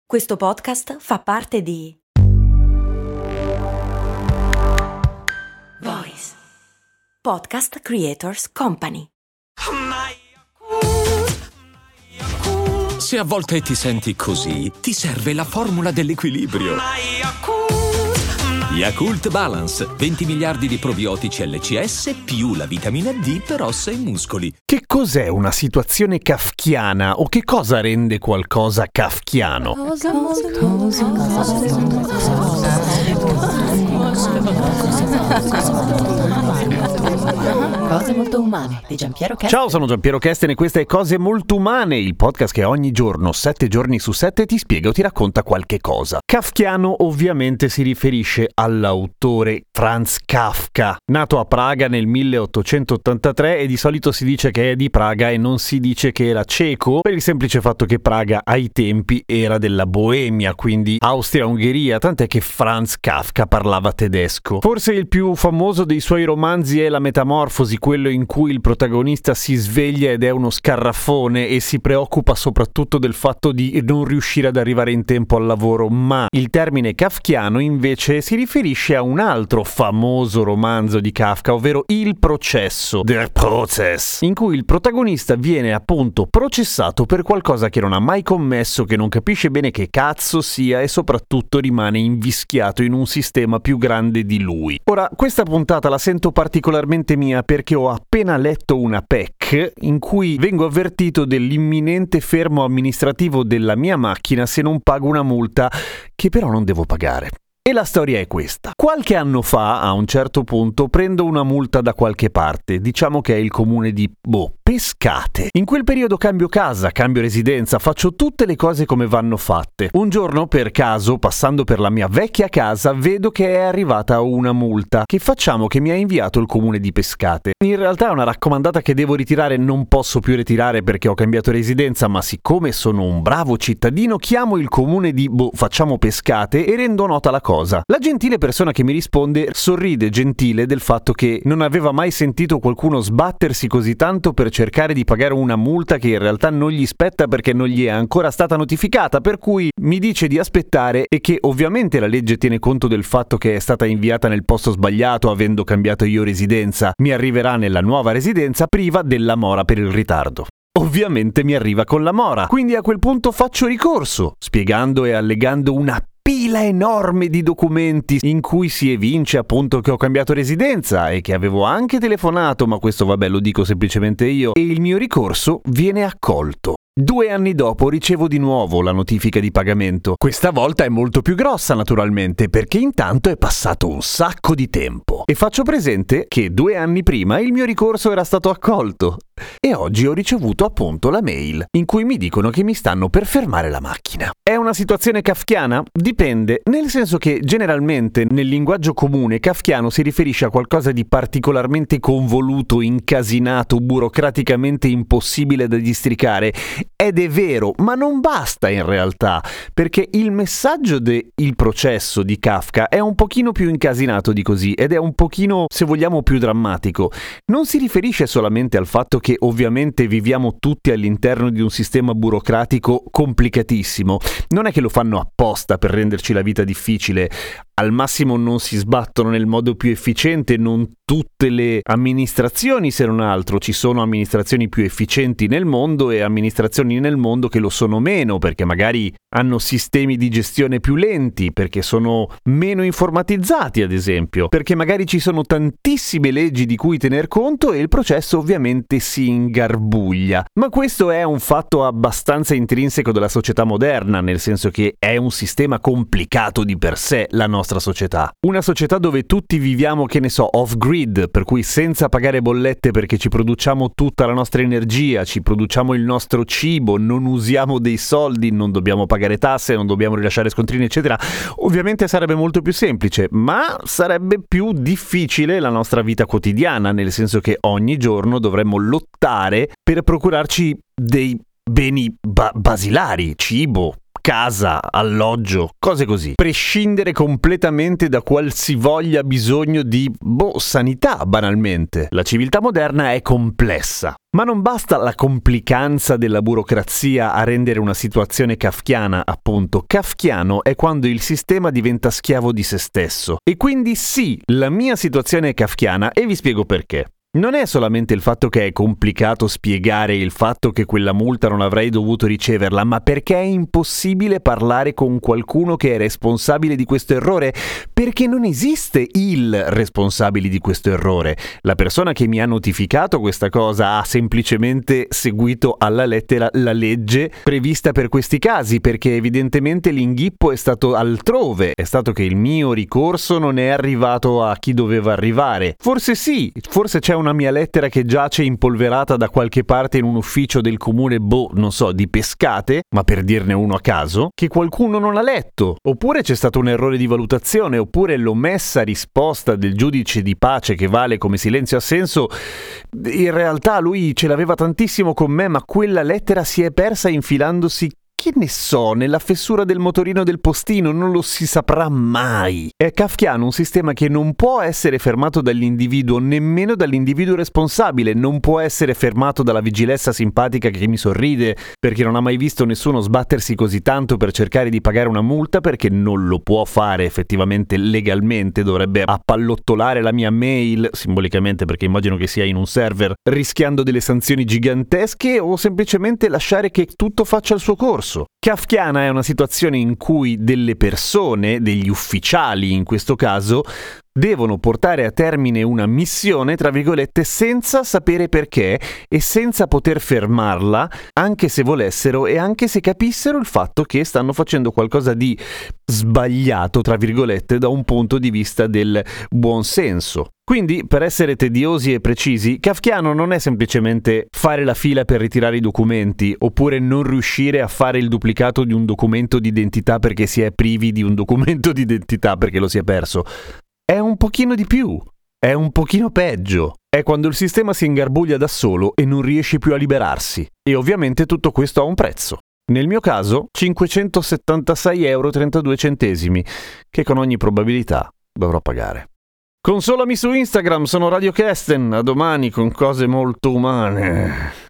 Questo podcast fa parte di Voice Podcast Creators Company. Se a volte ti senti così, ti serve la formula dell'equilibrio. Yakult Balance, 20 miliardi di probiotici LCS più la vitamina D per ossa e muscoli. Che cos'è una situazione kafkiana o che cosa rende qualcosa kafkiano? Cose molto umane di Giampiero Kesten. Ciao, sono Giampiero Kesten e questa è Cose Molto Umane, il podcast che ogni giorno, 7 giorni su 7, ti spiega o ti racconta qualche cosa. Kafkiano ovviamente si riferisce all'autore Franz Kafka, nato a Praga nel 1883 e di solito si dice che è di Praga e non si dice che era ceco, per il semplice fatto che Praga ai tempi era della Boemia, quindi Austria-Ungheria, tant'è che Franz Kafka parlava tedesco. Forse il più famoso dei suoi romanzi è La Metamorfosi, quello in cui il protagonista si sveglia ed è uno scarraffone e si preoccupa soprattutto del fatto di non riuscire ad arrivare in tempo al lavoro, ma il termine kafkiano invece si riferisce a un altro famoso romanzo di Kafka, ovvero Il processo, Der Prozess, in cui il protagonista viene appunto processato per qualcosa che non ha mai commesso, che non capisce bene che cazzo sia e soprattutto rimane invischiato in un sistema più grande di lui. Ora, questa puntata la sento particolarmente mia perché ho appena letto una PEC in cui vengo avvertito dell'imminente fermo amministrativo della mia macchina se non pago una multa che però non devo pagare. E la storia è questa. Qualche anno fa, a un certo punto, prendo una multa da qualche parte, diciamo che è il comune di Pescate. In quel periodo cambio casa, cambio residenza, faccio tutte le cose come vanno fatte. Un giorno, per caso, passando per la mia vecchia casa, vedo che è arrivata una multa. Che facciamo che mi ha inviato il comune di Pescate. In realtà è una raccomandata che devo ritirare, non posso più ritirare perché ho cambiato residenza, ma siccome sono un bravo cittadino, chiamo il comune di facciamo Pescate e rendo nota la cosa. La gentile persona che mi risponde sorride gentile del fatto che non aveva mai sentito qualcuno sbattersi così tanto per cercare di pagare una multa che in realtà non gli spetta perché non gli è ancora stata notificata, per cui mi dice di aspettare e che ovviamente la legge tiene conto del fatto che è stata inviata nel posto sbagliato avendo cambiato io residenza. Mi arriverà nella nuova residenza priva della mora per il ritardo. Ovviamente mi arriva con la mora, quindi a quel punto faccio ricorso, spiegando e allegando una pila enorme di documenti in cui si evince appunto che ho cambiato residenza e che avevo anche telefonato, ma questo vabbè lo dico semplicemente io, e il mio ricorso viene accolto. 2 anni dopo ricevo di nuovo la notifica di pagamento. Questa volta è molto più grossa naturalmente perché intanto è passato un sacco di tempo. E faccio presente che 2 anni prima il mio ricorso era stato accolto. E oggi ho ricevuto appunto la mail in cui mi dicono che mi stanno per fermare la macchina. È una situazione kafkiana? Dipende, nel senso che generalmente nel linguaggio comune kafkiano si riferisce a qualcosa di particolarmente convoluto, incasinato, burocraticamente impossibile da districare. Ed è vero, ma non basta in realtà, perché il messaggio del processo di Kafka è un pochino più incasinato di così ed è un pochino, se vogliamo, più drammatico. Non si riferisce solamente al fatto che ovviamente viviamo tutti all'interno di un sistema burocratico complicatissimo. Non è che lo fanno apposta per renderci la vita difficile. Al massimo non si sbattono nel modo più efficiente, non tutte le amministrazioni se non altro, ci sono amministrazioni più efficienti nel mondo e amministrazioni nel mondo che lo sono meno, perché magari hanno sistemi di gestione più lenti, perché sono meno informatizzati ad esempio, perché magari ci sono tantissime leggi di cui tener conto e il processo ovviamente si ingarbuglia. Ma questo è un fatto abbastanza intrinseco della società moderna, nel senso che è un sistema complicato di per sé la nostra società. Una società dove tutti viviamo, che ne so, off-grid, per cui senza pagare bollette perché ci produciamo tutta la nostra energia, ci produciamo il nostro cibo, non usiamo dei soldi, non dobbiamo pagare tasse, non dobbiamo rilasciare scontrini, eccetera. Ovviamente sarebbe molto più semplice, ma sarebbe più difficile la nostra vita quotidiana, nel senso che ogni giorno dovremmo lottare per procurarci dei beni basilari, cibo, casa, alloggio, cose così. Prescindere completamente da qualsivoglia bisogno di, sanità, banalmente. La civiltà moderna è complessa. Ma non basta la complicanza della burocrazia a rendere una situazione kafkiana, appunto. Kafkiano è quando il sistema diventa schiavo di se stesso. E quindi sì, la mia situazione è kafkiana e vi spiego perché. Non è solamente il fatto che è complicato spiegare il fatto che quella multa non avrei dovuto riceverla, ma perché è impossibile parlare con qualcuno che è responsabile di questo errore, perché non esiste il responsabile di questo errore. La persona che mi ha notificato questa cosa ha semplicemente seguito alla lettera la legge prevista per questi casi, perché evidentemente l'inghippo è stato altrove, è stato che il mio ricorso non è arrivato a chi doveva arrivare. Forse sì, forse c'è una mia lettera che giace impolverata da qualche parte in un ufficio del comune, non so, di Pescate, ma per dirne uno a caso, che qualcuno non ha letto. Oppure c'è stato un errore di valutazione, oppure l'omessa risposta del giudice di pace che vale come silenzio assenso. In realtà lui ce l'aveva tantissimo con me, ma quella lettera si è persa infilandosi, che ne so, nella fessura del motorino del postino, non lo si saprà mai. È kafkiano un sistema che non può essere fermato dall'individuo, nemmeno dall'individuo responsabile, non può essere fermato dalla vigilessa simpatica che mi sorride, perché non ha mai visto nessuno sbattersi così tanto per cercare di pagare una multa, perché non lo può fare effettivamente legalmente, dovrebbe appallottolare la mia mail, simbolicamente perché immagino che sia in un server, rischiando delle sanzioni gigantesche, o semplicemente lasciare che tutto faccia il suo corso. Kafkiana è una situazione in cui delle persone, degli ufficiali in questo caso, devono portare a termine una missione, tra virgolette, senza sapere perché e senza poter fermarla, anche se volessero e anche se capissero il fatto che stanno facendo qualcosa di sbagliato, tra virgolette, da un punto di vista del buon senso. Quindi, per essere tediosi e precisi, kafkiano non è semplicemente fare la fila per ritirare i documenti, oppure non riuscire a fare il duplicato di un documento d'identità perché si è privi di un documento d'identità perché lo si è perso. È un pochino di più, è un pochino peggio. È quando il sistema si ingarbuglia da solo e non riesce più a liberarsi. E ovviamente tutto questo ha un prezzo. Nel mio caso, 576,32 €, che con ogni probabilità dovrò pagare. Consolami su Instagram, sono Radio Kesten, a domani con cose molto umane.